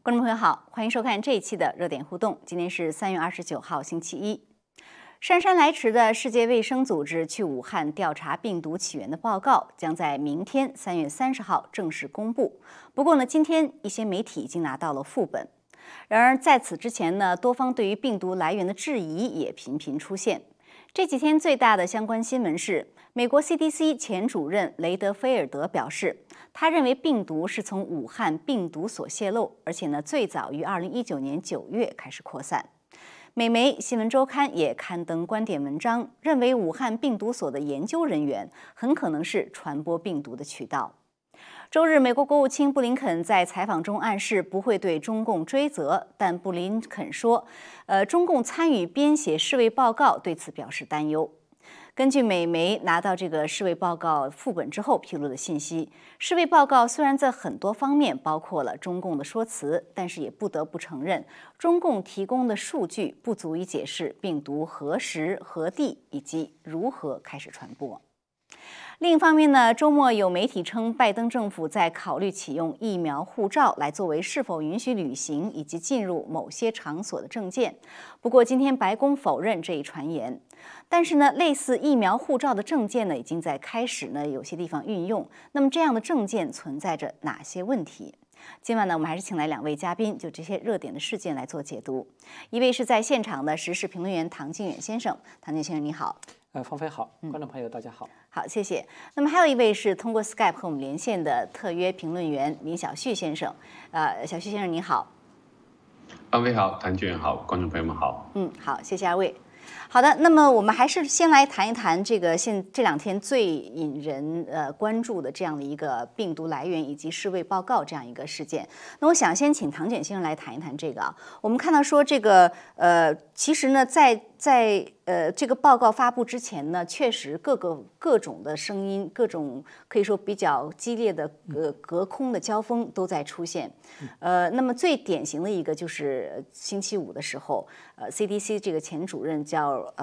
观众朋友好，欢迎收看这一期的热点互动。今天是3月29号，星期一。姗姗来迟的世界卫生组织去武汉调查病毒起源的报告将在明天3月30号正式公布。不过呢，今天一些媒体已经拿到了副本。然而在此之前呢，多方对于病毒来源的质疑也频频出现。这几天最大的相关新闻是，美国 CDC 前主任雷德菲尔德表示，他认为病毒是从武汉病毒所泄露，而且呢，最早于2019年9月开始扩散。美媒《新闻周刊》也刊登观点文章，认为武汉病毒所的研究人员很可能是传播病毒的渠道。周日，美国国务卿布林肯在采访中暗示不会对中共追责，但布林肯说，中共参与编写世卫报告，对此表示担忧。根据美媒拿到这个世卫报告副本之后披露的信息，世卫报告虽然在很多方面包括了中共的说辞，但是也不得不承认，中共提供的数据不足以解释病毒何时何地以及如何开始传播。另一方面呢，周末有媒体称，拜登政府在考虑启用疫苗护照来作为是否允许旅行以及进入某些场所的证件。不过，今天白宫否认这一传言。但是呢，类似疫苗护照的证件呢，已经在开始呢有些地方运用。那么，这样的证件存在着哪些问题？今晚呢，我们还是请来2位嘉宾，就这些热点的事件来做解读。一位是在现场的时事评论员唐靖远先生，唐靖先生你好。 芳菲好，观众朋友大家好。 好，谢谢。那么还有一位是通过 Skype 和我们连线的特约评论员林小旭先生，小旭先生你好。 芳菲好，谭俊远好，观众朋友们好。 好，谢谢二位。好的，那么我们还是先来谈一谈这个这2天最引人关注的这样的一个病毒来源以及世卫报告这样一个事件。那我想先请唐卷先生来谈一谈这个啊。我们看到说这个其实呢，在这个报告发布之前呢，确实各种的声音，各种可以说比较激烈的隔空的交锋都在出现。那么最典型的一个就是星期五的时候，CDC 这个前主任叫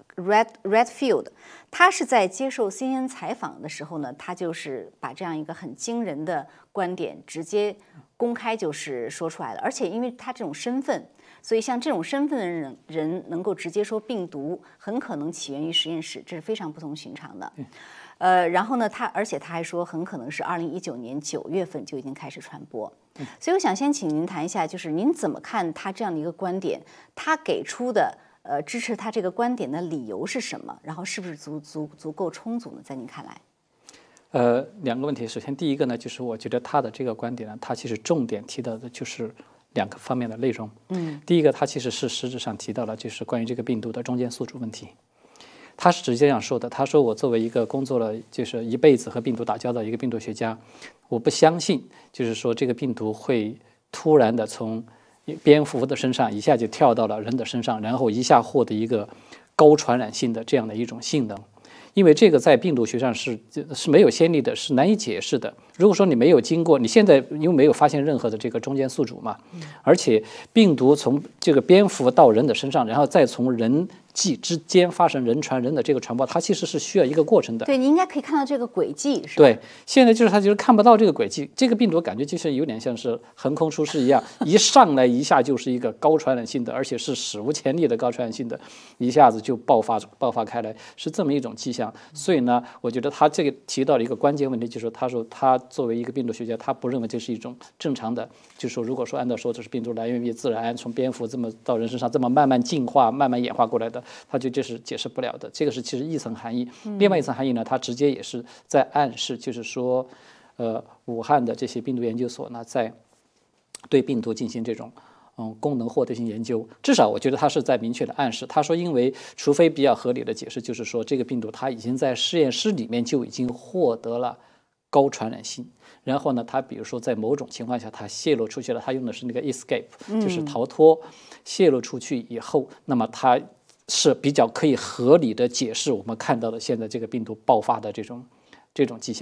Redfield， 他是在接受 CNN 采访的时候呢，他就是把这样一个很惊人的观点直接公开就是说出来了，而且因为他这种身份。所以，像这种身份的人能够直接说病毒很可能起源于实验室，这是非常不同寻常的。然后呢，而且他还说很可能是2019年9月份就已经开始传播。所以，我想先请您谈一下，就是您怎么看他这样的一个观点？他给出的支持他这个观点的理由是什么？然后是不是足够充足呢？在您看来 ？2个问题。首先，第一个呢，就是我觉得他的这个观点呢，他其实重点提到的就是2个方面的内容。第一个，他其实是实质上提到了就是关于这个病毒的中间宿主问题。他是直接这样说的，他说我作为一个工作了就是一辈子和病毒打交道的一个病毒学家，我不相信就是说这个病毒会突然的从蝙蝠的身上一下就跳到了人的身上，然后一下获得一个高传染性的这样的一种性能。因为这个在病毒学上是没有先例的，是难以解释的。如果说你没有经过，你现在因为没有发现任何的这个中间宿主嘛，而且病毒从这个蝙蝠到人的身上，然后再从人际之间发生人传人的这个传播，它其实是需要一个过程的。 对，你应该可以看到这个轨迹，是吧？ 对，现在就是它就是看不到这个轨迹，这个病毒感觉就是有点像是横空出世一样，一上来一下就是一个高传染性的，而且是史无前例的高传染性的，一下子就爆发开来，是这么一种迹象。所以呢，我觉得他这个提到了一个关键问题，就是他说他作为一个病毒学家，他不认为这是一种正常的，就是说如果说按照说这是病毒来源于自然，从蝙蝠这么到人身上这么慢慢进化、慢慢演化过来的，他就这是解释不了的。这个是其实一层含义。另外一层含义呢，他直接也是在暗示，就是说，武汉的这些病毒研究所呢，在对病毒进行这种功能获得性研究，至少我觉得他是在明确的暗示。他说，因为除非比较合理的解释，就是说这个病毒它已经在实验室里面就已经获得了高传染性，然后呢，它比如说在某种情况下它泄露出去了，它用的是那个 escape， 就是逃脱，泄露出去以后，那么它是比较可以合理的解释我们看到的现在这个病毒爆发的这种迹象。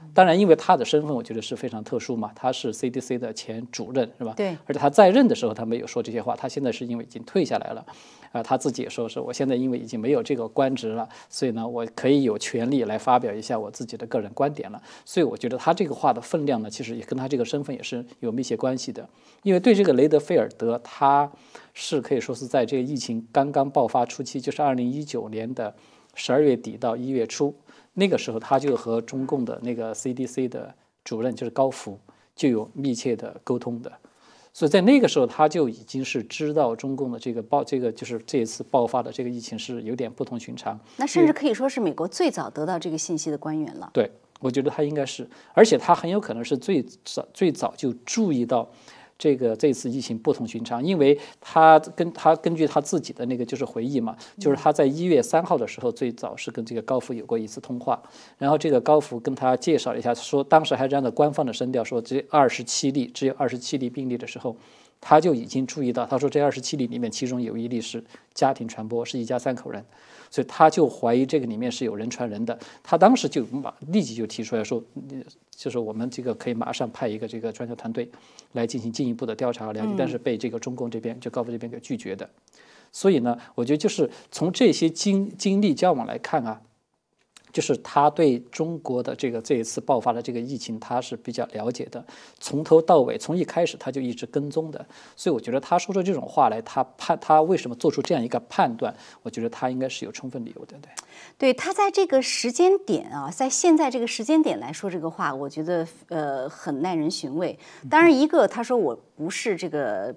当然，因为他的身份，我觉得是非常特殊嘛，他是 CDC 的前主任，是吧？ 对。 而且他在任的时候，他没有说这些话，他现在是因为已经退下来了，他自己也说是我现在因为已经没有这个官职了，所以呢，我可以有权利来发表一下我自己的个人观点了。所以我觉得他这个话的分量呢，其实也跟他这个身份也是有密切关系的。因为对这个雷德菲尔德，他是可以说是在这个疫情刚刚爆发初期，就是2019年的12月底到1月初。那个时候，他就和中共的那个 CDC 的主任，就是高福，就有密切的沟通的。所以在那个时候，他就已经是知道中共的这个就是这一次爆发的这个疫情是有点不同寻常。 那甚至可以说是美国最早得到这个信息的官员了。 对，我觉得他应该是，而且他很有可能是最早就注意到。这次疫情不同寻常，因为他根据他自己的那个就是回忆嘛，就是他在1月3号的时候，最早是跟这个高福有过一次通话，然后这个高福跟他介绍了一下，说当时还是按照官方的声调说只有27例病例的时候，他就已经注意到，他说这27例里面其中有1例是家庭传播，是一家3口人。所以他就怀疑这个里面是有人传人的，他当时就立即就提出来说，就是我们这个可以马上派一个这个专家团队来进行进一步的调查和了解，但是被这个中共这边就高福这边给拒绝的。所以呢，我觉得就是从这些经历交往来看啊，就是他对中国的这一次爆发的这个疫情，他是比较了解的，从头到尾，从一开始他就一直跟踪的，所以我觉得他说出这种话来，他为什么做出这样一个判断，我觉得他应该是有充分理由的， 对，他在这个时间点啊，在现在这个时间点来说这个话，我觉得很耐人寻味。当然，一个他说我不是这个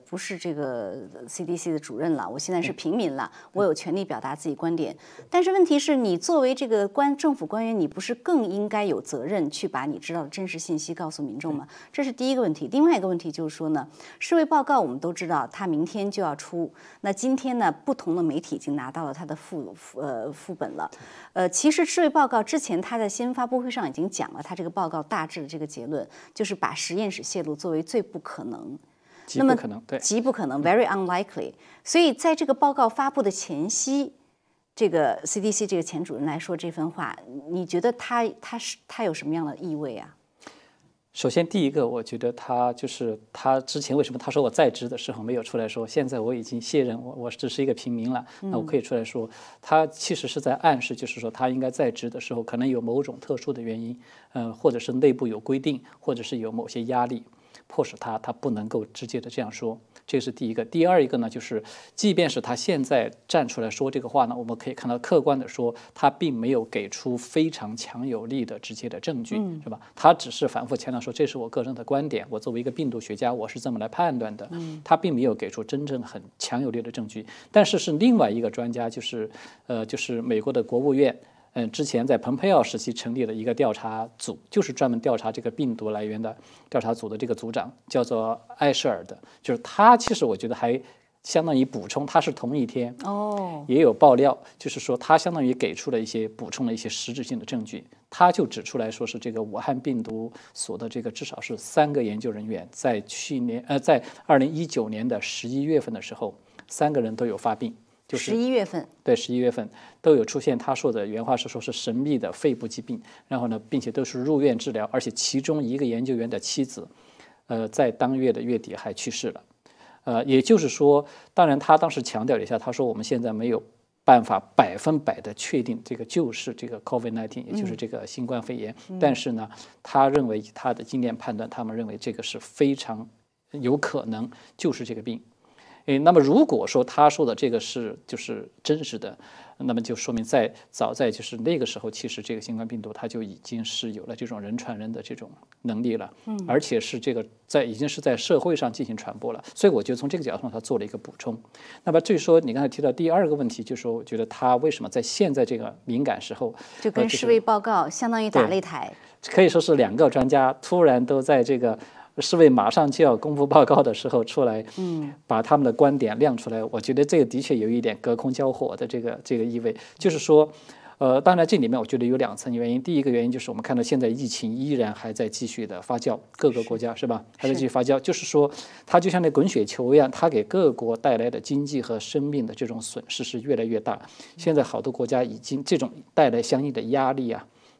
CDC 的主任了，我现在是平民了，我有权利表达自己观点。但是问题是你作为这个政府官员，你不是更应该有责任去把你知道的真实信息告诉民众吗？这是第一个问题。另外一个问题就是说呢，世卫报告我们都知道，它明天就要出。那今天呢，不同的媒体已经拿到了它的副本了。其实世卫报告之前他在新闻发布会上已经讲了，他这个报告大致的这个结论就是把实验室泄露作为最不可能。 极不可能，对， 极不可能 ，very unlikely。所以在这个报告发布的前夕，这个 CDC 这个前主任来说这番话，你觉得他有什么样的意味啊？ 首先，第一个，我觉得他之前为什么他说我在职的时候没有出来说，现在我已经卸任，我只是一个平民了，那我可以出来说，他其实是在暗示，就是说他应该在职的时候可能有某种特殊的原因，或者是内部有规定，或者是有某些压力。迫使他不能够直接的这样说，这是第一个。第二一个呢，就是即便是他现在站出来说这个话呢，我们可以看到客观的说，他并没有给出非常强有力的直接的证据，是吧？他只是反复强调说这是我个人的观点，我作为一个病毒学家，我是这么来判断的。他并没有给出真正很强有力的证据。但是另外一个专家，就是美国的国务院。之前在蓬佩奥时期成立了一个调查组，就是专门调查这个病毒来源的调查组的这个组长叫做艾舍尔的，就是他其实我觉得还相当于补充，他是同一天也有爆料，就是说他相当于给出了补充了一些实质性的证据，他就指出来说是这个武汉病毒所的这个至少是3个研究人员在在2019年的11月份的时候，3个人都有发病。就是 11月份， 对，11月份都有出现，他说的原话是说是神秘的肺部疾病，然后呢，并且都是入院治疗，而且其中一个研究员的妻子，在当月的月底还去世了，也就是说，当然他当时强调了一下，他说我们现在没有办法100%的确定这个就是这个 COVID-19， 也就是这个新冠肺炎，但是呢，他认为以他的经验判断，他们认为这个是非常有可能就是这个病。那么如果说他说的这个就是真实的，那么就说明早在就是那个时候，其实这个新冠病毒它就已经是有了这种人传人的这种能力了，而且是这个已经是在社会上进行传播了。所以我觉得从这个角度上，他做了一个补充。那么至于说你刚才提到第二个问题，就是说我觉得他为什么在现在这个敏感时候， 就跟世卫报告相当于打擂台， 可以说是2个专家突然都在这个。世卫马上就要公布报告的时候出来，把他们的观点亮出来，我觉得这个的确有一点隔空交火的这个意味。就是说，当然这里面我觉得有2层原因。第一个原因就是我们看到现在疫情依然还在继续的发酵，各个国家是吧，还在继续发酵。就是说，它就像那滚雪球一样，它给各国带来的经济和生命的这种损失是越来越大。现在好多国家已经这种带来相应的压力啊。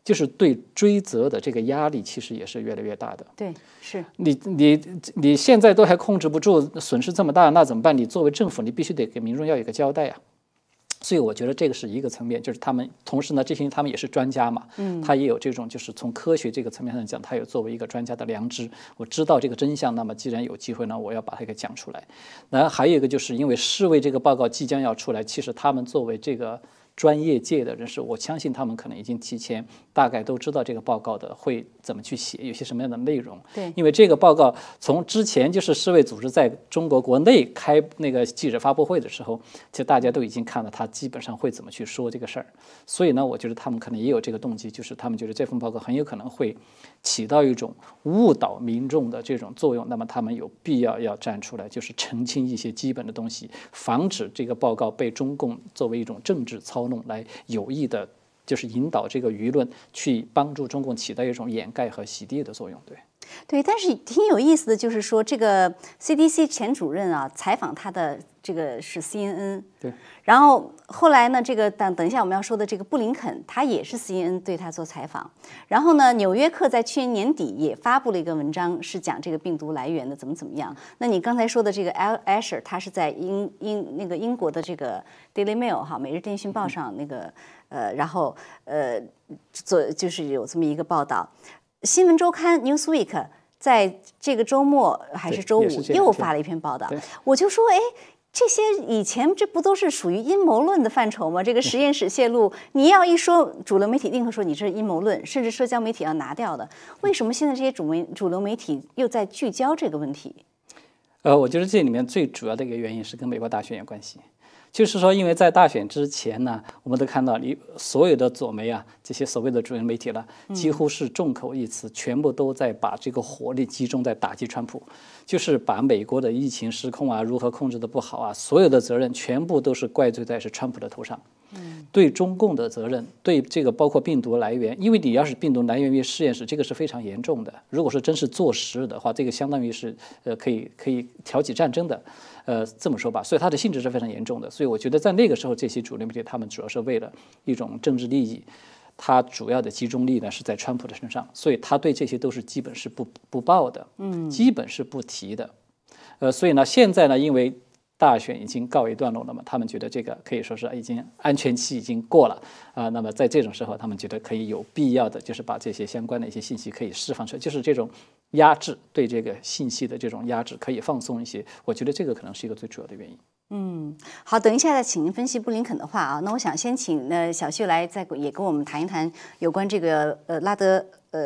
就是对追责的这个压力其实也是越来越大的。 对，是你现在都还控制不住，损失这么大，那怎么办？你作为政府，你必须得给民众要有一个交代啊。所以我觉得这个是一个层面，就是他们同时呢，这些人他们也是专家嘛，他也有这种就是从科学这个层面上讲，他有作为一个专家的良知，我知道这个真相，那么既然有机会呢，我要把它给讲出来。然后还有一个就是因为世卫这个报告即将要出来，其实他们作为这个专业界的人士，我相信他们可能已经提前大概都知道这个报告的会怎么去写，有些什么样的内容。 对， 因为这个报告从之前就是世卫组织在中国国内开那个记者发布会的时候，其实大家都已经看了他基本上会怎么去说这个事儿。所以呢，我觉得他们可能也有这个动机，就是他们觉得这份报告很有可能会起到一种误导民众的这种作用，那么他们有必要要站出来，就是澄清一些基本的东西，防止这个报告被中共作为一种政治操弄来有意的，就是引导这个舆论去帮助中共起到一种掩盖和洗地的作用。 对，但是挺有意思的，就是说这个 CDC 前主任啊，采访他的这个是 CNN， 对， 然后后来呢，这个等一下我们要说的这个布林肯，他也是 CNN 对他做采访，然后呢，《纽约客》在去年年底也发布了一个文章，是讲这个病毒来源的怎么样。那你刚才说的这个 Asher， 他是在英国的这个 Daily Mail 哈，《每日电讯报》上那个然后就是有这么一个报道。新闻周刊 Newsweek 在这个周末还是周五又发了一篇报道，我就说，哎，这些以前这不都是属于阴谋论的范畴吗？这个实验室泄露，你要一说，主流媒体立刻说你这是阴谋论，甚至社交媒体要拿掉的。为什么现在这些主流媒体又在聚焦这个问题？ 我觉得这里面最主要的一个原因是跟美国大选有关系。就是说，因为在大选之前呢，我们都看到你所有的左媒啊，这些所谓的主流媒体了，几乎是众口一词，全部都在把这个火力集中在打击川普，就是把美国的疫情失控啊，如何控制的不好啊，所有的责任全部都是怪罪在是川普的头上。对中共的责任，对这个包括病毒来源，因为你要是病毒来源于实验室，这个是非常严重的。如果说真是坐实的话，这个相当于是可以挑起战争的，这么说吧。所以它的性质是非常严重的。所以我觉得在那个时候，这些主流媒体他们主要是为了一种政治利益，他主要的集中力呢是在川普的身上，所以他对这些都是基本是不报的，基本是不提的。所以呢，现在呢，因为大选已经告一段落了嘛，他们觉得这个可以说是已经安全期已经过了啊。那么在这种时候，他们觉得可以有必要的，就是把这些相关的一些信息可以释放出来，就是这种压制，对这个信息的这种压制可以放松一些。我觉得这个可能是一个最主要的原因。 好，等一下再请您分析布林肯的话啊。那我想先请小旭来也跟我们谈一谈有关这个拉德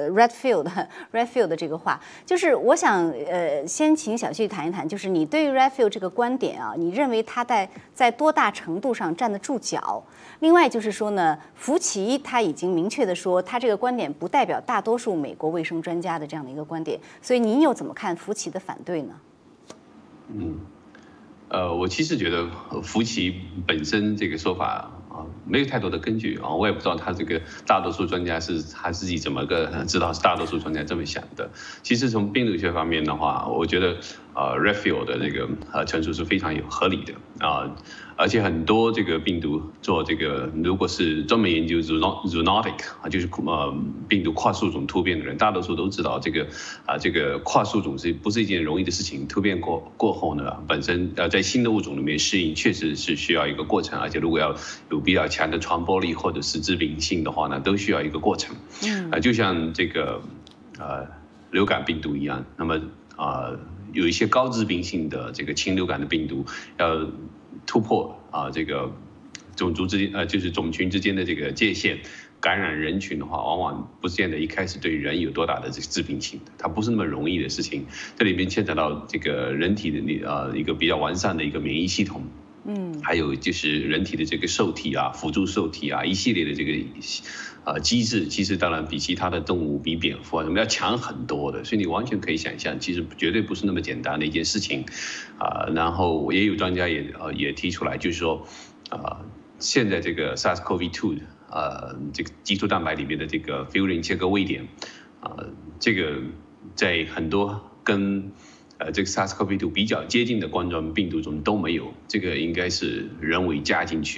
Redfield 的这个话，就是我想先请小旭谈一谈，就是你对于 Redfield 这个观点啊，你认为他在多大程度上站得住脚？另外就是说呢，福奇他已经明确的说，他这个观点不代表大多数美国卫生专家的这样的一个观点，所以您又怎么看福奇的反对呢？ 我其实觉得福奇本身这个说法没有太多的根据啊，我也不知道他这个大多数专家是他自己怎么知道是大多数专家这么想的。其实从病毒学方面的话，我觉得Redfield 的这个陈述是非常有合理的而且很多这个病毒做这个，如果是专门研究 zoonotic 就是病毒跨宿种突变的人，大多数都知道这个跨宿种是不是一件容易的事情？突变过后呢，本身在新的物种里面适应确实是需要一个过程，而且如果要有比较强的传播力或者是致病性的话呢，都需要一个过程。就像这个流感病毒一样，那么有一些高致病性的这个禽流感的病毒要突破这个种族之间就是种群之间的这个界限，感染人群的话，往往不见得一开始对人有多大的这个致病性的，它不是那么容易的事情。这里面牵扯到这个人体的一个比较完善的一个免疫系统。还有就是人体的这个受体辅助受体一系列的这个机制，其实当然比其他的动物、比蝙蝠什么要强很多的，所以你完全可以想象，其实绝对不是那么简单的一件事情然后也有专家也提出来，就是说现在这个 SARS-CoV-2 这个基础蛋白里面的这个 furin 切割位点这个在很多跟这个 SARS-CoV-2 比较接近的冠状病毒中都没有，这个应该是人为加进去的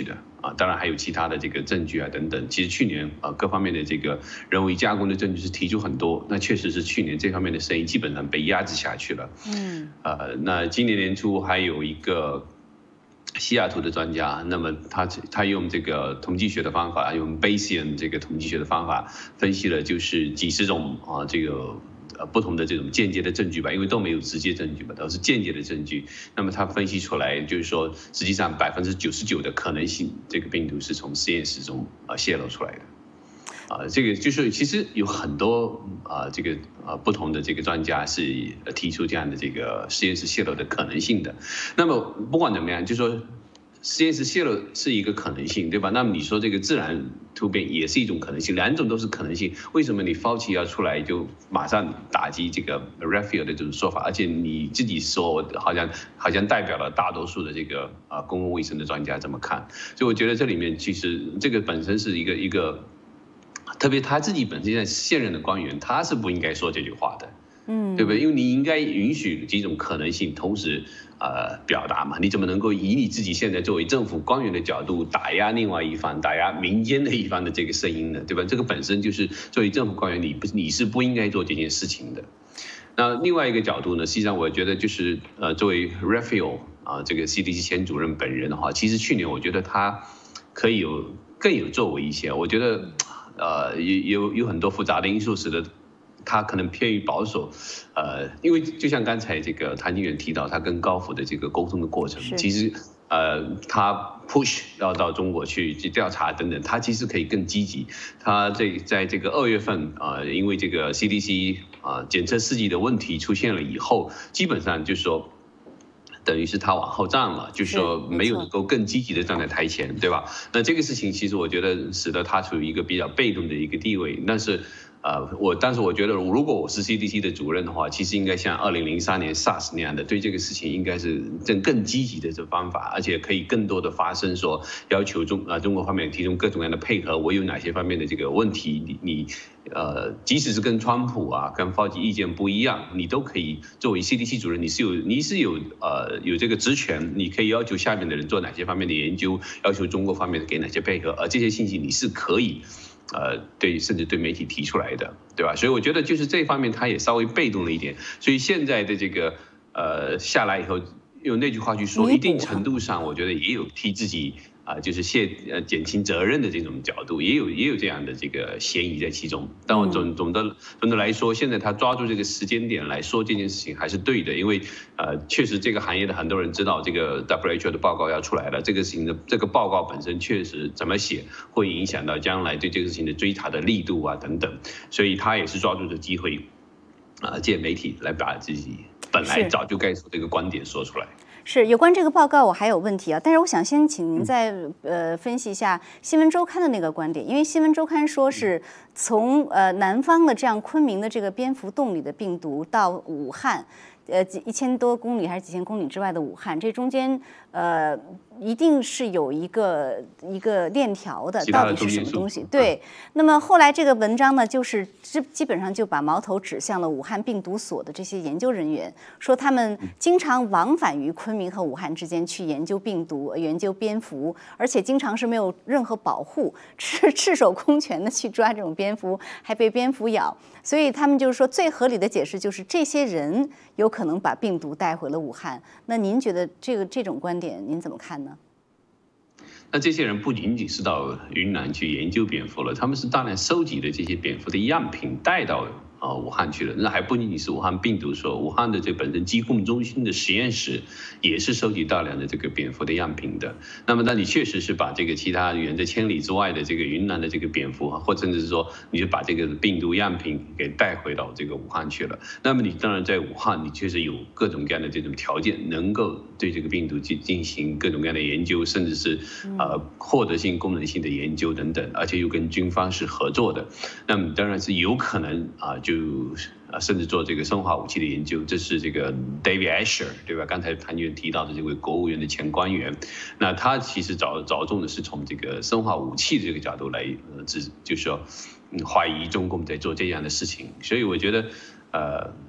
当然还有其他的这个证据啊等等。其实去年各方面的这个人为加工的证据是提出很多，那确实是去年这方面的声音基本上被压制下去了。那今年年初还有一个西雅图的专家，那么他用这个统计学的方法，用 Bayesian 这个统计学的方法分析了就是几十种这个不同的这种间接的证据吧，因为都没有直接证据嘛，都是间接的证据。那么他分析出来就是说，实际上99%的可能性，这个病毒是从实验室中泄露出来的。这个就是其实有很多这个不同的这个专家是提出这样的这个实验室泄露的可能性的。那么不管怎么样，就说实验室泄露是一个可能性，对吧？那么你说这个自然突变也是一种可能性，两种都是可能性。为什么你 Fauci 要出来就马上打击这个 Raphael 的这种说法？而且你自己说好像代表了大多数的这个公共卫生的专家这么看，所以我觉得这里面其实这个本身是一个。特别他自己本身现任的官员，他是不应该说这句话的，对不对？因为你应该允许几种可能性同时表达嘛，你怎么能够以你自己现在作为政府官员的角度打压另外一方，打压民间的一方的这个声音呢？对吧？这个本身就是作为政府官员，你是不应该做这件事情的。那另外一个角度呢，实际上我觉得就是作为 Raphael 这个 CDC 前主任本人的话，其实去年我觉得他可以更有作为一些，我觉得。有很多复杂的因素使得他可能偏于保守，因为就像刚才这个谭金远提到，他跟高福的这个沟通的过程，其实他 push 要到中国去调查等等，他其实可以更积极。他在这个2月份因为这个 CDC 检测试剂的问题出现了以后，基本上就是说。等于是他往后站了，就是说没有能够更积极的站在台前，对吧？那这个事情其实我觉得使得他处于一个比较被动的一个地位，但是但是我觉得如果我是 CDC 的主任的话，其实应该像2003年 SARS 那样的，对这个事情应该是更积极的这方法，而且可以更多的发声，说要求中国方面提供各种各样的配合，我有哪些方面的这个问题，你即使是跟川普跟Fauci意见不一样，你都可以作为 CDC 主任，你是有这个职权，你可以要求下面的人做哪些方面的研究，要求中国方面给哪些配合，而这些信息你是可以甚至对媒体提出来的，对吧？所以我觉得就是这方面他也稍微被动了一点，所以现在的这个下来以后，用那句话去说，一定程度上我觉得也有替自己就是减轻责任的这种角度，也有这样的这个嫌疑在其中。但我总的来说，现在他抓住这个时间点来说这件事情还是对的，因为确实这个行业的很多人知道这个 WHO 的报告要出来了，这个事情的这个报告本身确实怎么写会影响到将来对这个事情的追查的力度等等，所以他也是抓住这机会借媒体来把自己本来早就该说这个观点说出来。 是有关这个报告，我还有问题但是我想先请您再分析一下新闻周刊的那个观点，因为新闻周刊说是从南方的这样昆明的这个蝙蝠洞里的病毒到武汉，1000多公里还是几千公里之外的武汉，这中间一定是有一个链条的，到底是什么东西？对。那么后来这个文章呢，就是基本上就把矛头指向了武汉病毒所的这些研究人员，说他们经常往返于昆明和武汉之间去研究病毒、研究蝙蝠，而且经常是没有任何保护，赤手空拳的去抓这种蝙蝠，还被蝙蝠咬。所以他们就是说，最合理的解释就是这些人有可能把病毒带回了武汉。那您觉得这种观点您怎么看呢？ 那这些人不仅仅是到云南去研究蝙蝠了，他们是大量收集的这些蝙蝠的样品带到武汉去了。那还不仅仅是武汉病毒所，武汉的这本身疾控中心的实验室也是收集大量的这个蝙蝠的样品的。那么，那你确实是把这个其他远在千里之外的这个云南的这个蝙蝠，或甚至是说你就把这个病毒样品给带回到这个武汉去了。那么你当然在武汉，你确实有各种各样的这种条件，能够对这个病毒进行各种各样的研究，甚至是获得性、功能性的研究等等，而且又跟军方是合作的。那么当然是有可能甚至做这个生化武器的研究，这是这个 David Asher 对吧？刚才谭议员提到的这位国务院的前官员，那他其实着重的是从这个生化武器的这个角度来就是说怀疑中共在做这样的事情，所以我觉得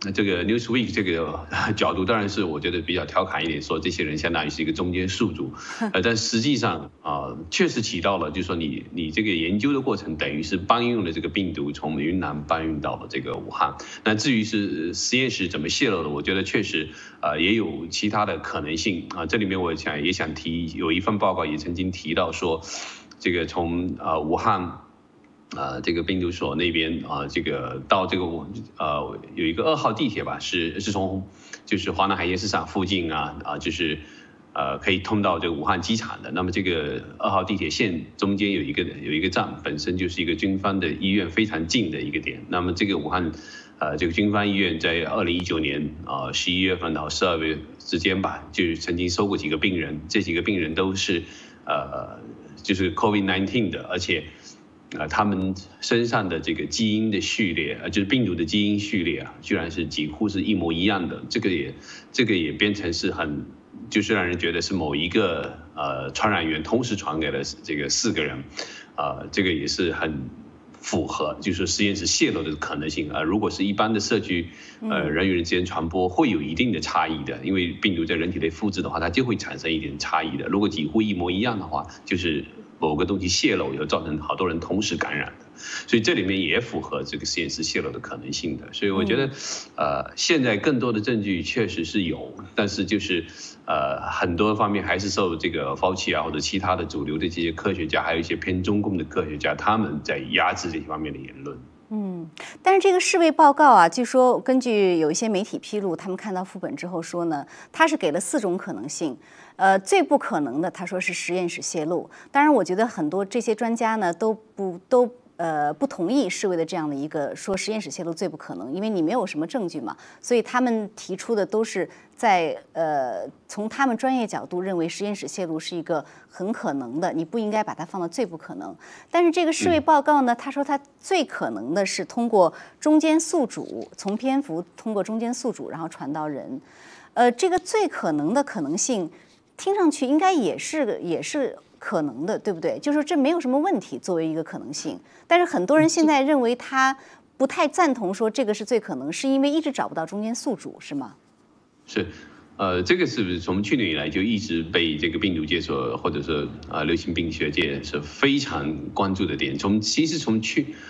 这个 Newsweek 这个角度，当然是我觉得比较调侃一点，说这些人相当于是一个中间宿主，但实际上确实起到了，就是说你这个研究的过程，等于是搬运了这个病毒从云南搬运到了这个武汉。那至于是实验室怎么泄露的，我觉得确实也有其他的可能性啊。这里面我也想提，有一份报告也曾经提到说，这个从武汉。这个病毒所那边这个到这个有一个2号地铁吧，是从就是华南海鲜市场附近就是可以通到这个武汉机场的。那么这个2号地铁线中间有一个站，本身就是一个军方的医院非常近的一个点。那么这个武汉这个军方医院在2019年11月份到12月之间吧，就曾经收过几个病人，这几个病人都是就是 COVID-19 的，而且。他们身上的这个基因的序列就是病毒的基因序列居然是几乎是一模一样的。这个也变成是就是让人觉得是某一个传染源同时传给了这个4个人，这个也是很符合就是实验室泄露的可能性。如果是一般的社区人与人之间传播，会有一定的差异的，因为病毒在人体内复制的话，它就会产生一点差异的。如果几乎一模一样的话，就是某个东西泄露以后造成好多人同时感染的，所以这里面也符合这个实验室泄露的可能性的。所以我觉得现在更多的证据确实是有，但是就是很多方面还是受这个Fauci或者其他的主流的这些科学家，还有一些偏中共的科学家，他们在压制这些方面的言论。 但是这个世卫报告据说根据有一些媒体披露，他们看到副本之后说呢，他是给了4种可能性。最不可能的，他说是实验室泄露。当然，我觉得很多这些专家呢都不同意世卫的这样的一个说实验室泄露最不可能，因为你没有什么证据嘛，所以他们提出的都是在从他们专业角度认为实验室泄露是一个很可能的，你不应该把它放到最不可能。但是这个世卫报告呢，他说它最可能的是通过中间宿主，从蝙蝠通过中间宿主然后传到人。这个最可能的可能性听上去应该也是可能的，对不对？就是这没有什么问题，作为一个可能性。但是很多人现在认为他不太赞同说这个是最可能，是因为一直找不到中间宿主，是吗？ 是，这个是从去年以来就一直被这个病毒界或者是流行病学界是非常关注的点。其实从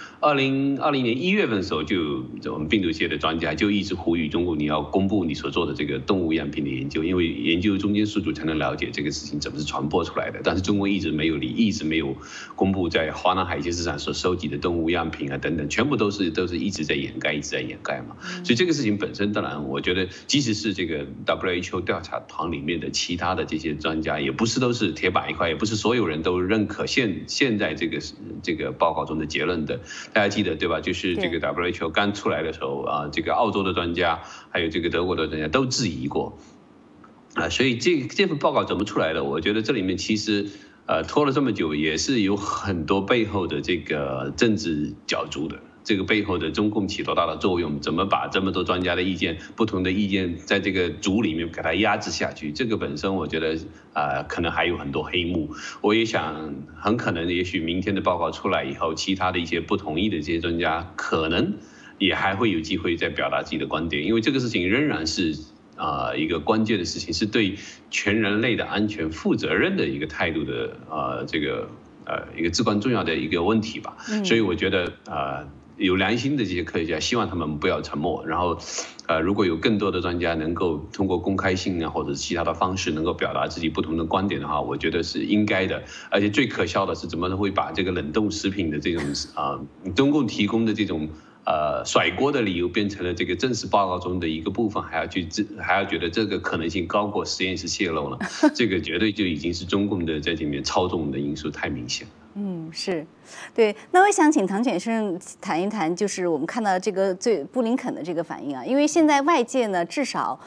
2020年1月份的时候，就我们病毒界的专家就一直呼吁中国你要公布你所做的这个动物样品的研究，因为研究中间宿主才能了解这个事情怎么是传播出来的。但是中国一直没有公布在华南海鲜市场所收集的动物样品等等，全部都是一直在掩盖嘛。所以这个事情本身，当然我觉得即使是这个 WHO 调查团里面的其他的这些专家，也不是都是铁板一块，也不是所有人都认可现在这个报告中的结论的。大家记得对吧？就是这个 WHO 刚出来的时候这个澳洲的专家还有这个德国的专家都质疑过所以这份报告怎么出来的？我觉得这里面其实拖了这么久，也是有很多背后的这个政治角逐的。这个背后的中共起多大的作用？怎么把这么多专家的意见、不同的意见，在这个组里面给它压制下去？这个本身我觉得可能还有很多黑幕。我也想，很可能也许明天的报告出来以后，其他的一些不同意的这些专家，可能也还会有机会再表达自己的观点，因为这个事情仍然是一个关键的事情，是对全人类的安全负责任的一个态度的这个一个至关重要的一个问题吧。所以我觉得有良心的这些科学家，希望他们不要沉默。然后，如果有更多的专家能够通过公开性或者其他的方式，能够表达自己不同的观点的话，我觉得是应该的。而且最可笑的是，怎么会把这个冷冻食品的这种中共提供的这种甩锅的理由，变成了这个正式报告中的一个部分，还要觉得这个可能性高过实验室泄露了，这个绝对就已经是中共的在这里面操纵的因素太明显了。 是，对。那我想请唐卷生谈一谈，就是我们看到这个布林肯的这个反应因为现在外界呢，至少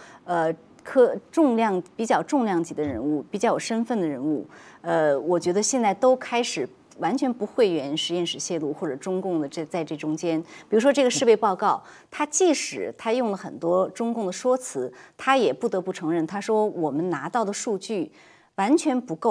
比较重量级的人物，比较有身份的人物，我觉得现在都开始完全不讳言实验室泄露或者中共的在这中间。比如说这个世卫报告，他即使他用了很多中共的说辞，他也不得不承认，他说我们拿到的数据完全不够。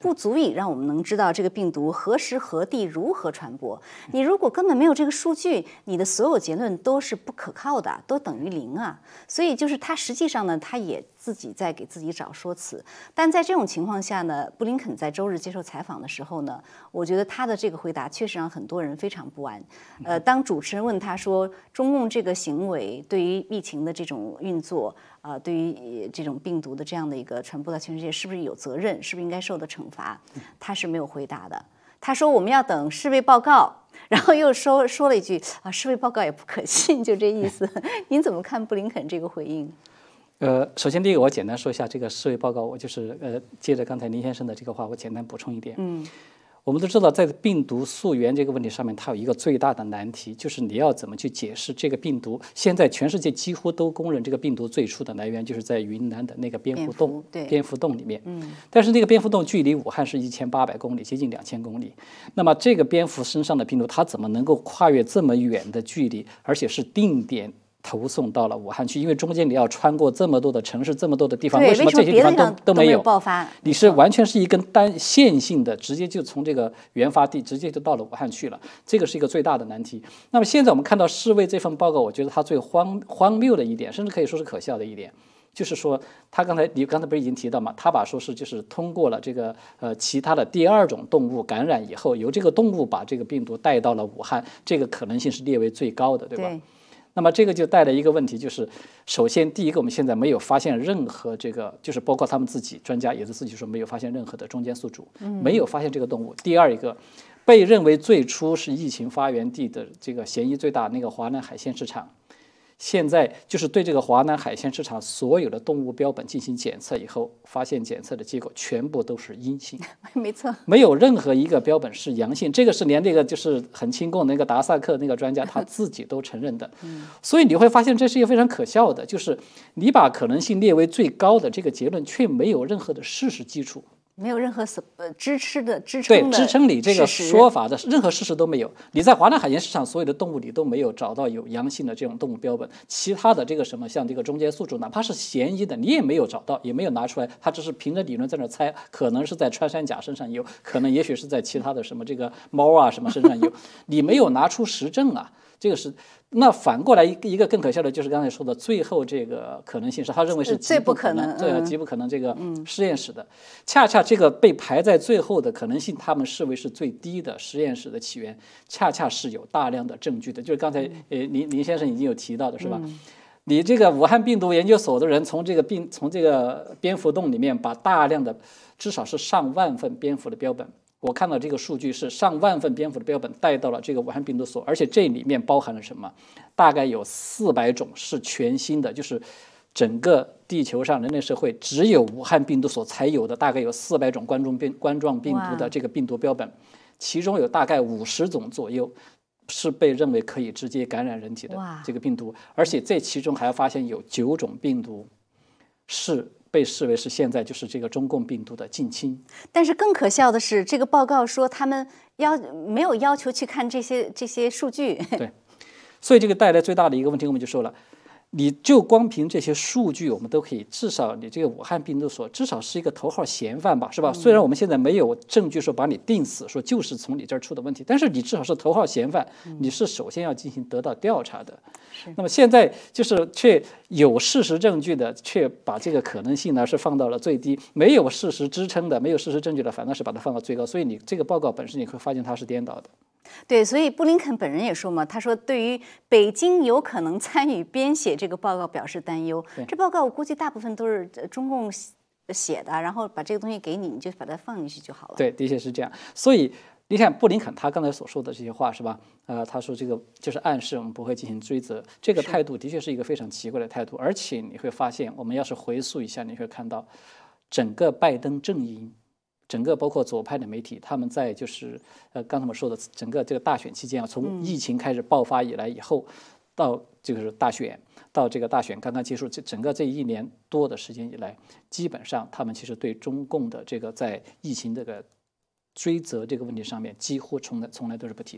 不足以让我们能知道这个病毒何时何地如何传播。你如果根本没有这个数据，你的所有结论都是不可靠的，都等于零啊。所以就是他实际上呢，他也自己在给自己找说辞。但在这种情况下呢，布林肯在周日接受采访的时候呢，我觉得他的这个回答确实让很多人非常不安。当主持人问他说，中共这个行为对于疫情的这种运作，对于这种病毒的这样的一个传播到全世界，是不是有责任，是不是应该受到惩罚？他是没有回答的。他说我们要等世卫报告，然后又说了一句世卫报告也不可信，就这意思。您怎么看布林肯这个回应？ 首先第一个我简单说一下这个世卫报告，我就是接着刚才林先生的这个话，我简单补充一点。我们都知道，在病毒溯源这个问题上面，它有一个最大的难题，就是你要怎么去解释这个病毒。现在全世界几乎都公认，这个病毒最初的来源就是在云南的那个蝙蝠洞里面。但是那个蝙蝠洞距离武汉是1800公里，接近2000公里。那么这个蝙蝠身上的病毒，它怎么能够跨越这么远的距离，而且是定点投送到了武汉去？因为中间你要穿过这么多的城市，这么多的地方，为什么这些地方都没有爆发？ 你是完全是一根单线性的，直接就从这个原发地直接就到了武汉去了，这个是一个最大的难题。那么现在我们看到世卫这份报告，我觉得它最荒谬的一点，甚至可以说是可笑的一点，就是说你刚才不是已经提到嘛，他把说是就是通过了这个其他的第2种动物感染以后，由这个动物把这个病毒带到了武汉，这个可能性是列为最高的，对吧？那么这个就带来一个问题，就是首先第一个，我们现在没有发现任何这个，就是包括他们自己专家也是自己说没有发现任何的中间宿主，没有发现这个动物。第二一个，被认为最初是疫情发源地的这个嫌疑最大那个华南海鲜市场，现在就是对这个华南海鲜市场所有的动物标本进行检测以后，发现检测的结果全部都是阴性， 没错， 没有任何一个标本是阳性。这个是连这个就是很亲共那个达萨克那个专家他自己都承认的。所以你会发现这是一个非常可笑的，就是你把可能性列为最高的这个结论，却没有任何的事实基础。 没有任何支撑你这个说法的任何事实都没有。你在华南海鲜市场所有的动物里都没有找到有阳性的这种动物标本，其他的这个什么像这个中间宿主，哪怕是嫌疑的，你也没有找到，也没有拿出来，他只是凭着理论在那猜，可能是在穿山甲身上有，可能也许是在其他的什么这个猫啊什么身上有，你没有拿出实证啊。这个是，那反过来一个更可笑的就是刚才说的最后这个可能性是他认为是极不可能，极不可能这个实验室的，恰恰这个被排在最后的可能性，他们视为是最低的实验室的起源，恰恰是有大量的证据的，就是刚才林先生已经有提到的是吧？你这个武汉病毒研究所的人从这个蝙蝠洞里面把大量的至少是上万份蝙蝠的标本。我看到这个数据是上万份蝙蝠的标本带到了这个武汉病毒所，而且这里面包含了什么？大概有400种是全新的，就是整个地球上人类社会只有武汉病毒所才有的，大概有400种冠状病毒的这个病毒标本，其中有大概50种左右是被认为可以直接感染人体的这个病毒，而且这其中还发现有9种病毒是被视为是现在就是这个中共病毒的近亲。 但是更可笑的是，这个报告说他们没有要求去看这些数据。 对，所以这个带来最大的一个问题，我们就说了，你就光凭这些数据，我们都可以至少你这个武汉病毒所至少是一个头号嫌犯吧，是吧？虽然我们现在没有证据说把你定死，说就是从你这儿出的问题，但是你至少是头号嫌犯，你是首先要进行得到调查的。那么现在就是却有事实证据的，却把这个可能性呢是放到了最低；没有事实支撑的，没有事实证据的，反倒是把它放到最高。所以你这个报告本身你会发现它是颠倒的。 对，所以布林肯本人也说嘛，他说对于北京有可能参与编写这个报告表示担忧。这报告我估计大部分都是中共写的，然后把这个东西给你，你就把它放进去就好了。 对，的确是这样。所以你看布林肯他刚才所说的这些话是吧？他说这个就是暗示我们不会进行追责，这个态度的确是一个非常奇怪的态度。而且你会发现，我们要是回溯一下，你会看到整个拜登阵营。整个包括左派的媒体，他们在就是刚才我们说的整个这个大选期间啊，从疫情开始爆发以来以后，到就是大选，到这个大选刚刚结束，整个这1年多的时间以来，基本上他们其实对中共的这个在疫情这个追责这个问题上面，几乎从来都是不提的。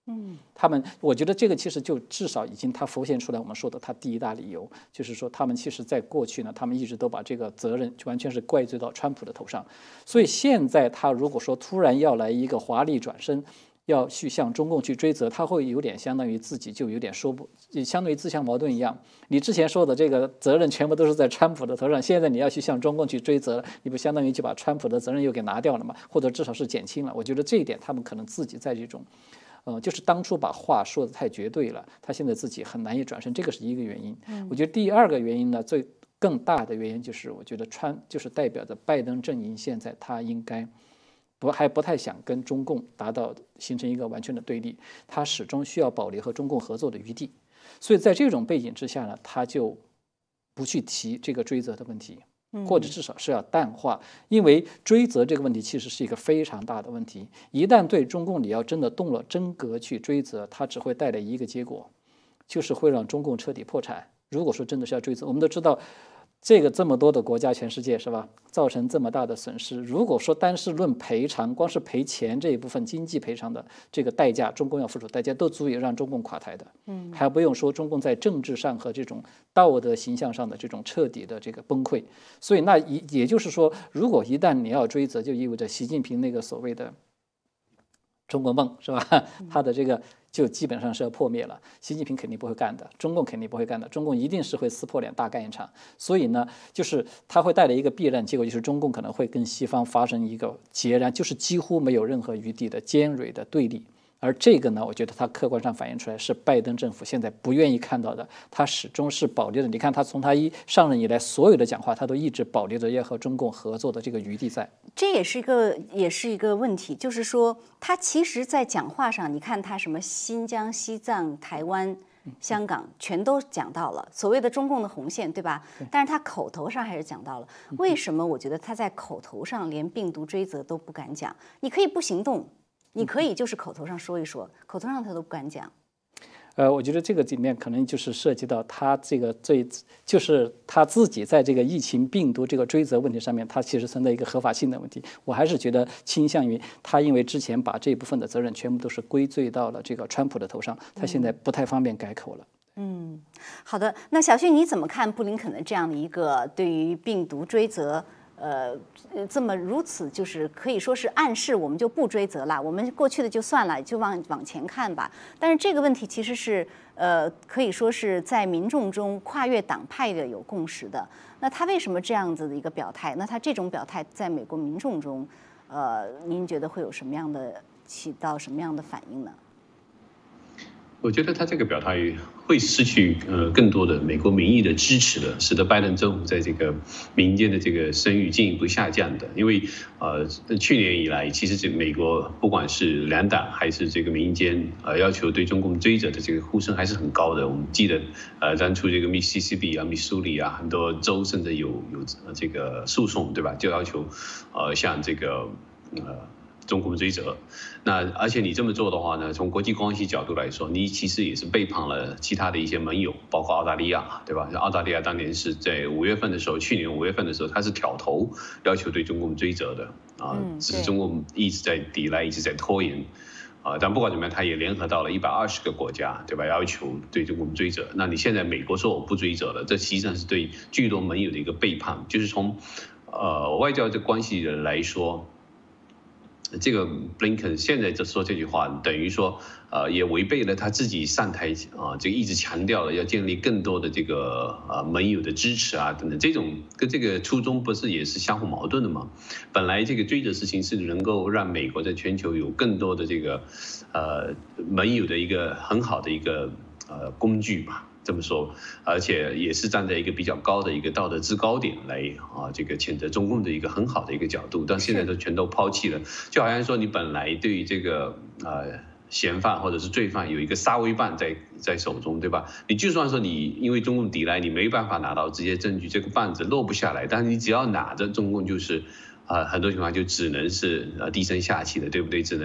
我觉得这个其实就至少已经它浮现出来，我们说的它第一大理由就是说，他们其实在过去呢，他们一直都把这个责任完全是怪罪到川普的头上，所以现在他如果说突然要来一个华丽转身，要去向中共去追责，他会有点相当于自己就有点说不，相当于自相矛盾一样。你之前说的这个责任全部都是在川普的头上，现在你要去向中共去追责了，你不相当于就把川普的责任又给拿掉了吗？或者至少是减轻了？我觉得这一点他们可能自己在这种。就是当初把话说得太绝对了，他现在自己很难以转身，这个是一个原因。我觉得第二个原因呢，更大的原因就是，我觉得就是代表着拜登阵营现在他应该还不太想跟中共形成一个完全的对立，他始终需要保留和中共合作的余地，所以在这种背景之下呢，他就不去提这个追责的问题。或者至少是要淡化，因为追责这个问题其实是一个非常大的问题。一旦对中共你要真的动了真格去追责，它只会带来一个结果，就是会让中共彻底破产。如果说真的是要追责，我们都知道这么多的国家，全世界是吧，造成这么大的损失。如果说单是论赔偿，光是赔钱这一部分经济赔偿的这个代价，中共要付出代价都足以让中共垮台的。还不用说中共在政治上和这种道德形象上的这种彻底的这个崩溃。所以那也就是说，如果一旦你要追责，就意味着习近平那个所谓的中国梦是吧？他的这个就基本上是要破灭了。习近平肯定不会干的，中共肯定不会干的，中共一定是会撕破脸大干一场。所以呢，就是它会带来一个必然结果，就是中共可能会跟西方发生一个截然，就是几乎没有任何余地的尖锐的对立。而这个呢，我觉得它客观上反映出来是拜登政府现在不愿意看到的，他始终是保留着。你看他从他上任以来，所有的讲话他都一直保留着要和中共合作的这个余地在。 这也是一个问题，就是说他其实在讲话上，你看他什么新疆、西藏、台湾、香港全都讲到了所谓的中共的红线，对吧？但是他口头上还是讲到了。为什么我觉得他在口头上连病毒追责都不敢讲？你可以不行动。你可以就是口头上说一说，口头上他都不敢讲。 我觉得这个里面可能就是涉及到他这个就是他自己在这个疫情病毒这个追责问题上面，他其实存在一个合法性的问题。我还是觉得倾向于他，因为之前把这部分的责任全部都是归罪到了这个川普的头上，他现在不太方便改口了。 好的，那小旭你怎么看布林肯的这样的一个对于病毒追责？这么如此，就是可以说是暗示我们就不追责了，我们过去的就算了，就往前看吧。但是这个问题其实是可以说是在民众中跨越党派的有共识的。那他为什么这样子的一个表态？那他这种表态在美国民众中，您觉得会有什么样的起到什么样的反应呢？ 我觉得他这个表态会失去更多的美国民意的支持的，使得拜登政府在这个民间的这个声誉进一步下降的。因为去年以来，其实这美国不管是两党还是这个民间要求对中共追责的这个呼声还是很高的。我们记得当初这个密西西比啊、密苏里啊很多州甚至有这个诉讼，对吧？就要求像这个中共追责。那而且你这么做的话呢，从国际关系角度来说，你其实也是背叛了其他的一些盟友，包括澳大利亚，对吧？澳大利亚当年是在去年5月份的时候，他是挑头要求对中共追责的只是中共一直在抵赖，一直在拖延。但不管怎么样，他也联合到了120个国家，对吧？要求对中共追责。那你现在美国说我不追责了，这实际上是对巨多盟友的一个背叛。就是从外交的关系来说，这个布林肯现在说这句话，等于说也违背了他自己上台这个一直强调了要建立更多的这个盟友的支持啊等等，这种跟这个初衷不是也是相互矛盾的吗？本来这个追责事情是能够让美国在全球有更多的这个盟友的一个很好的一个工具吧。这么说，而且也是站在一个比较高的一个道德制高点来这个谴责中共的一个很好的一个角度，但现在都全都抛弃了，就好像说你本来对于这个嫌犯或者是罪犯有一个杀威棒在手中，对吧？你就算说你因为中共抵赖，你没办法拿到这些证据，这个棒子落不下来，但是你只要拿着，中共就是很多情况就只能是低声下气的，对不对？只能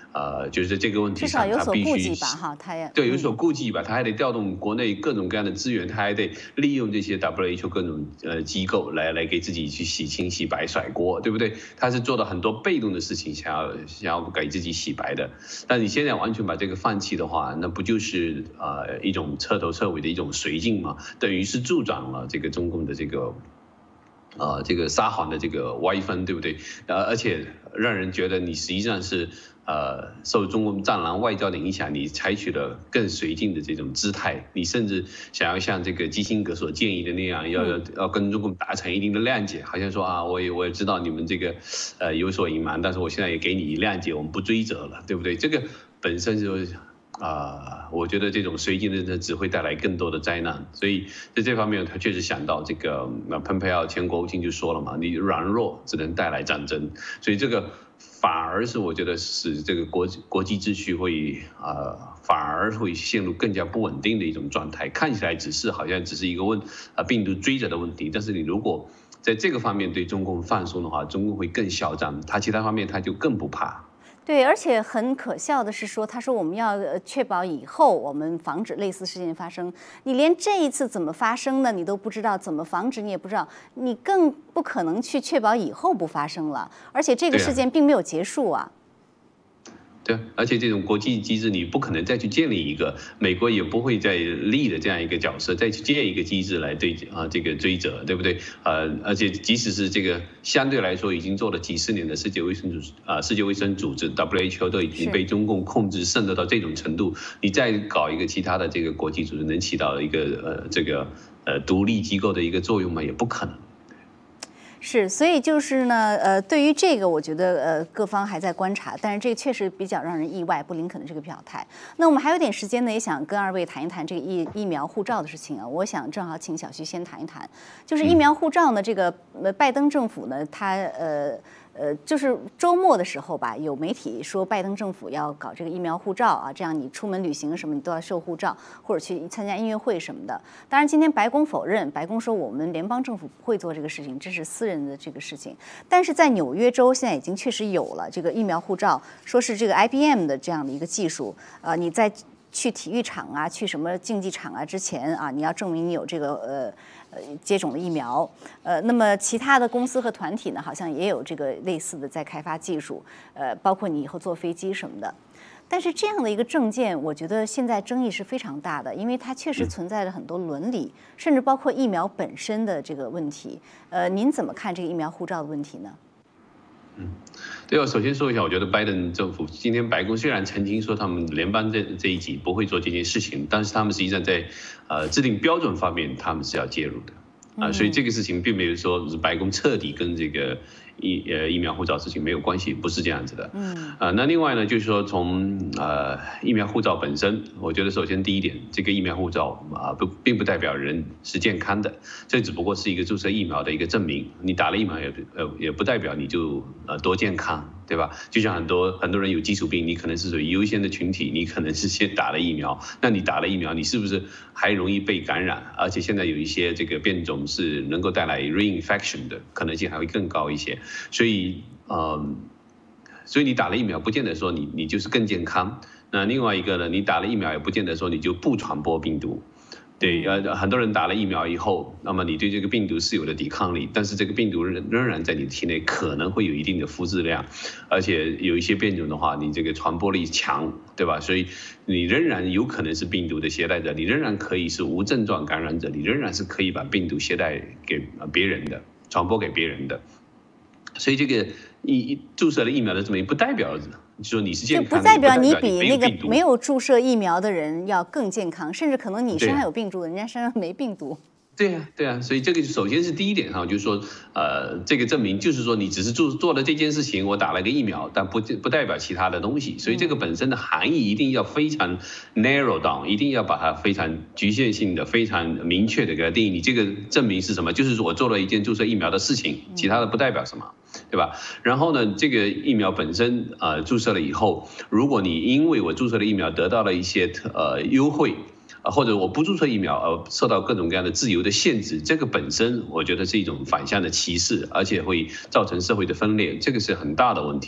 就是这个问题上， 至少有所必须顾忌吧，哈，他也对有所顾忌吧，他还得调动国内各种各样的资源，他还得利用这些 WHO 各种机构来给自己去洗清洗白甩锅，对不对？他是做了很多被动的事情，想要给自己洗白的。但你现在完全把这个放弃的话，那不就是一种彻头彻尾的一种绥靖吗？等于是助长了这个中共的这个撒谎的这个歪风，对不对？而且让人觉得你实际上是受中国战狼外交的影响，你采取了更绥靖的这种姿态，你甚至想要像这个基辛格所建议的那样，要跟中共达成一定的谅解，好像说啊，我也知道你们这个有所隐瞒，但是我现在也给你谅解，我们不追责了，对不对？这个本身就我觉得这种绥靖的只会带来更多的灾难，所以在这方面他确实想到这个蓬佩奥前国务卿就说了嘛，你软弱只能带来战争，所以这个反而是我觉得使这个国际秩序会反而会陷入更加不稳定的一种状态，看起来好像只是一个病毒追着的问题，但是你如果在这个方面对中共放松的话，中共会更嚣张，他其他方面他就更不怕。 对，而且很可笑的是说，他说我们要确保以后我们防止类似事件发生。你连这一次怎么发生的你都不知道，怎么防止你也不知道，你更不可能去确保以后不发生了。而且这个事件并没有结束啊。 对，而且这种国际机制你不可能再去建立一个，美国也不会再立的这样一个角色，再去建一个机制来对这个追责，对不对？而且即使是这个相对来说已经做了几十年的世界卫生组织 WHO 都已经被中共控制渗透到这种程度，你再搞一个其他的这个国际组织能起到一个独立机构的一个作用吗？也不可能。 是，所以就是呢，对于这个，我觉得各方还在观察，但是这确实比较让人意外，布林肯的这个表态。那我们还有点时间呢，也想跟二位谈一谈这个疫苗护照的事情啊。我想正好请小徐先谈一谈，就是疫苗护照呢，这个拜登政府呢，他就是周末的时候吧，有媒体说拜登政府要搞这个疫苗护照啊，这样你出门旅行什么你都要秀护照，或者去参加音乐会什么的。当然，今天白宫否认，白宫说我们联邦政府不会做这个事情，这是私人的这个事情。但是在纽约州现在已经确实有了这个疫苗护照，说是这个 IBM 的这样的一个技术，你在去体育场啊，去什么竞技场啊之前啊，你要证明你有这个接种的疫苗，那么其他的公司和团体呢，好像也有这个类似的在开发技术，包括你以后坐飞机什么的。但是这样的一个证件，我觉得现在争议是非常大的，因为它确实存在着很多伦理，甚至包括疫苗本身的这个问题。您怎么看这个疫苗护照的问题呢？ 对，我首先说一下，我觉得拜登政府今天白宫虽然曾经说他们联邦这一级不会做这件事情，但是他们实际上在制定标准方面他们是要介入的所以这个事情并没有说白宫彻底跟这个疫苗护照事情没有关系，不是这样子的。那另外呢，就是说从疫苗护照本身，我觉得首先第一点，这个疫苗护照并不代表人是健康的，这只不过是一个注射疫苗的一个证明。你打了疫苗也不代表你就多健康，对吧？就像很多人有基础病，你可能是属于优先的群体，你可能是先打了疫苗，那你打了疫苗，你是不是还容易被感染？而且现在有一些这个变种是能够带来 reinfection 的可能性还会更高一些。所以你打了疫苗，不见得说你就是更健康。那另外一个呢，你打了疫苗也不见得说你就不传播病毒。对，很多人打了疫苗以后，那么你对这个病毒是有了抵抗力，但是这个病毒仍然在你体内可能会有一定的复制量，而且有一些变种的话，你这个传播力强，对吧？所以你仍然有可能是病毒的携带者，你仍然可以是无症状感染者，你仍然是可以把病毒携带给别人的，传播给别人的。所以这个注射了疫苗的证明不代表说你是健康的， 就不代表你比那个没有注射疫苗的人要更健康，甚至可能你身上有病毒，人家身上没病毒。 对啊，所以这个首先是第一点哈，就是说，这个证明就是说你只是做了这件事情，我打了个疫苗，但不代表其他的东西，所以这个本身的含义一定要非常 narrow down， 一定要把它非常局限性的、非常明确的给它定义。你这个证明是什么？就是说我做了一件注射疫苗的事情，其他的不代表什么，对吧？然后呢，这个疫苗本身注射了以后，如果你因为我注射了疫苗得到了一些优惠。或者我不注册疫苗而受到各种各样的自由的限制，这个本身我觉得是一种反向的歧视，而且会造成社会的分裂，这个是很大的问题。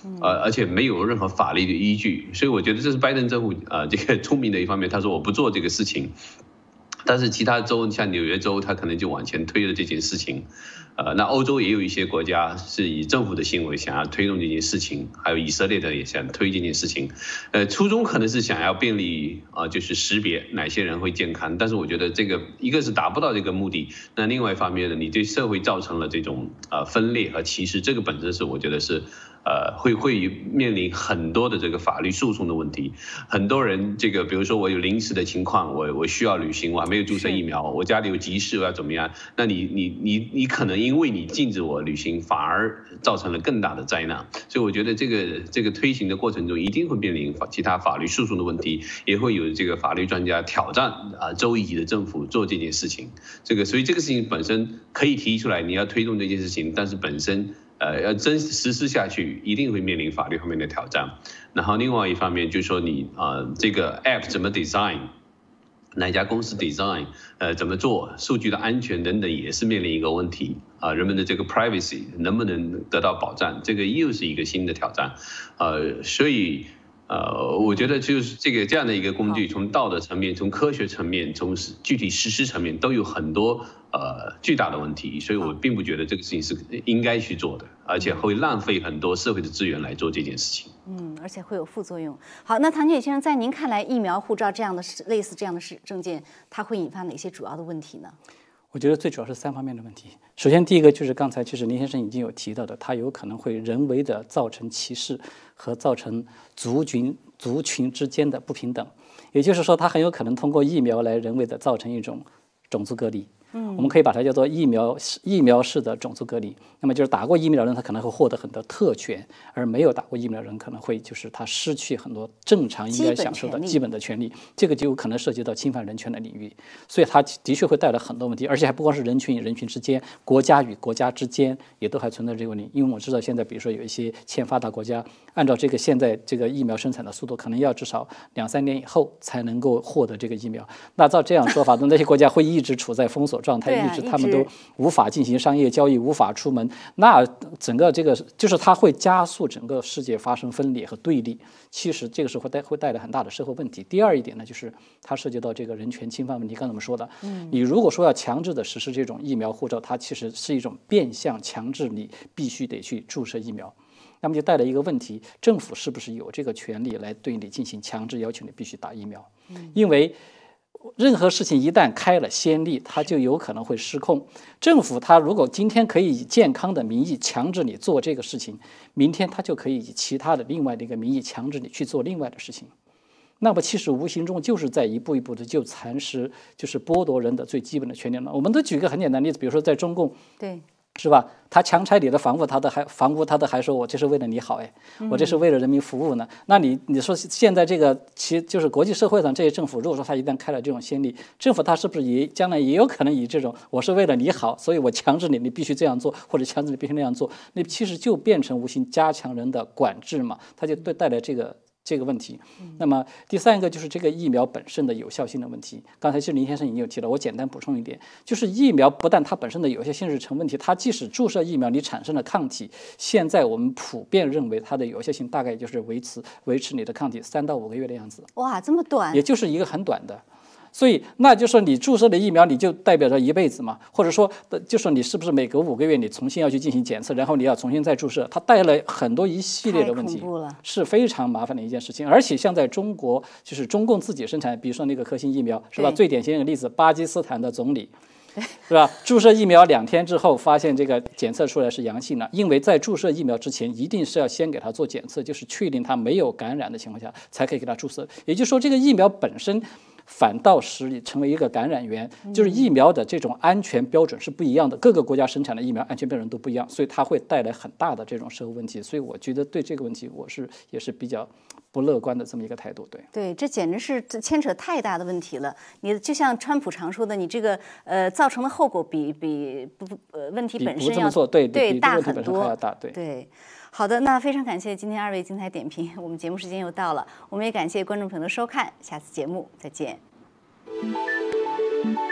而且没有任何法律的依据，所以我觉得这是拜登政府这个聪明的一方面。他说我不做这个事情，但是其他州像纽约州，他可能就往前推了这件事情。那欧洲也有一些国家是以政府的行为想要推动这件事情，还有以色列的也想推这件事情。初衷可能是想要便利就是识别哪些人会健康，但是我觉得这个一个是达不到这个目的，那另外一方面呢，你对社会造成了这种分裂和歧视，这个本身是我觉得是会面临很多的这个法律诉讼的问题。很多人这个比如说我有临时的情况，我需要旅行，我还没有注射疫苗，我家里有急事，我要怎么样？那你可能因为你禁止我旅行，反而造成了更大的灾难。所以我觉得这个推行的过程中，一定会面临其他法律诉讼的问题，也会有这个法律专家挑战州一级的政府做这件事情。所以这个事情本身可以提出来，你要推动这件事情，但是本身要真实施下去，一定会面临法律方面的挑战。然后另外一方面就是说你这个 app 怎么 design， 哪家公司 design， 怎么做，数据的安全等等也是面临一个问题人们的这个 privacy 能不能得到保障，这个又是一个新的挑战。所以我觉得就是这样的一个工具，从道德层面、从科学层面、从具体实施层面都有很多巨大的问题，所以我并不觉得这个事情是应该去做的，而且会浪费很多社会的资源来做这件事情。 而且会有副作用。好，那唐俊野先生，在您看来，疫苗护照这样的类似这样的证件，它会引发哪些主要的问题呢？ 我觉得最主要是3方面的问题。首先，第一个就是刚才其实林先生已经有提到的，它有可能会人为的造成歧视和造成族群之间的不平等。也就是说，它很有可能通过疫苗来人为的造成一种种族隔离。我们可以把它叫做疫苗式的种族隔离。那么就是打过疫苗的人，他可能会获得很多特权，而没有打过疫苗的人可能会就是他失去很多正常应该享受的基本的权利。这个就有可能涉及到侵犯人权的领域，所以它的确会带来很多问题，而且还不光是人群与人群之间，国家与国家之间也都还存在这个问题。因为我知道现在比如说有一些欠发达国家，按照现在这个疫苗生产的速度，可能要至少2-3年以后才能够获得这个疫苗。那照这样说法，那些国家会一直处在封锁状态，一直他们都无法进行商业交易，无法出门。那整个这个就是它会加速整个世界发生分裂和对立。其实这个是会带来很大的社会问题。第二一点呢，就是它涉及到这个人权侵犯问题。刚才我们说的，你如果说要强制的实施这种疫苗护照，它其实是一种变相强制你必须得去注射疫苗。那么就带来一个问题，政府是不是有这个权利来对你进行强制要求你必须打疫苗？因为任何事情一旦开了先例，它就有可能会失控。政府它如果今天可以以健康的名义强制你做这个事情，明天它就可以以其他的另外的一个名义强制你去做另外的事情。那么其实无形中就是在一步一步的就蚕食，就是剥夺人的最基本的权利了。我们都举一个很简单的例子，比如说在中共， 对， 是吧？他强拆你的房屋，他的还说我这是为了你好，我这是为了人民服务呢。那你说现在这个就是国际社会上这些政府，如果说他一旦开了这种先例，政府他是不是将来也有可能以这种我是为了你好，所以我强制你必须这样做，或者强制你必须那样做，那其实就变成无形加强人的管制嘛，它就带来这个问题。那么第三个就是这个疫苗本身的有效性的问题。刚才其实林先生已经有提到，我简单补充一点，就是疫苗不但它本身的有效性是成问题，它即使注射疫苗你产生了抗体，现在我们普遍认为它的有效性大概就是维持你的抗体3到5个月的样子。 哇，这么短？ 也就是一个很短的。所以那就说你注射的疫苗你就代表着一辈子嘛，或者说就说你是不是每隔5个月你重新要去进行检测，然后你要重新再注射，它带来很多一系列的问题，是非常麻烦的一件事情。而且像在中国，就是中共自己生产，比如说那个科兴疫苗，是吧？最典型的例子，巴基斯坦的总理，是吧？注射疫苗2天之后发现这个检测出来是阳性了，因为在注射疫苗之前一定是要先给他做检测，就是确定他没有感染的情况下才可以给他注射。也就是说，这个疫苗本身反倒使成为一个感染源，就是疫苗的这种安全标准是不一样的，各个国家生产的疫苗安全标准都不一样，所以它会带来很大的这种社会问题。所以我觉得对这个问题也是比较不乐观的这么一个态度。 对，这简直是牵扯太大的问题了。你就像川普常说的，你这个造成的后果比问题本身要对大很多。对。好的，那非常感谢今天2位精彩点评，我们节目时间又到了，我们也感谢观众朋友的收看，下次节目再见。